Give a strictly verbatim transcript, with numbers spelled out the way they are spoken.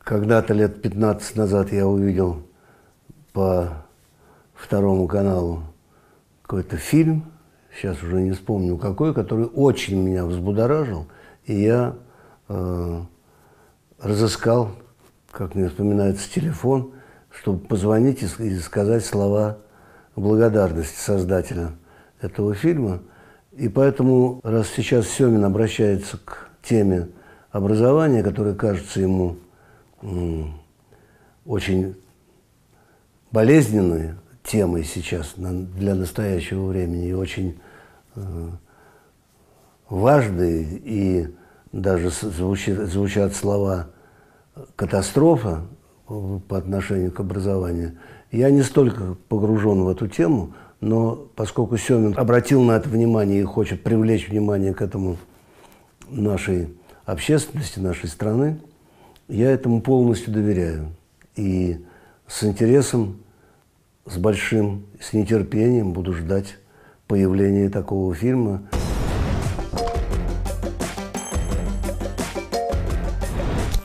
Когда-то лет пятнадцать назад я увидел по второму каналу какой-то фильм, сейчас уже не вспомню какой, который очень меня взбудоражил, и я э, разыскал, как мне вспоминается, телефон, чтобы позвонить и, и сказать слова благодарности создателя этого фильма. И поэтому, раз сейчас Семин обращается к теме образования, которая кажется ему м, очень болезненной темой сейчас на, для настоящего времени, и очень э, важной, и даже звучит, звучат слова «катастрофа» по отношению к образованию, я не столько погружен в эту тему, но поскольку Семин обратил на это внимание и хочет привлечь внимание к этому нашей общественности, нашей страны, я этому полностью доверяю. И с интересом, с большим, с нетерпением буду ждать появления такого фильма.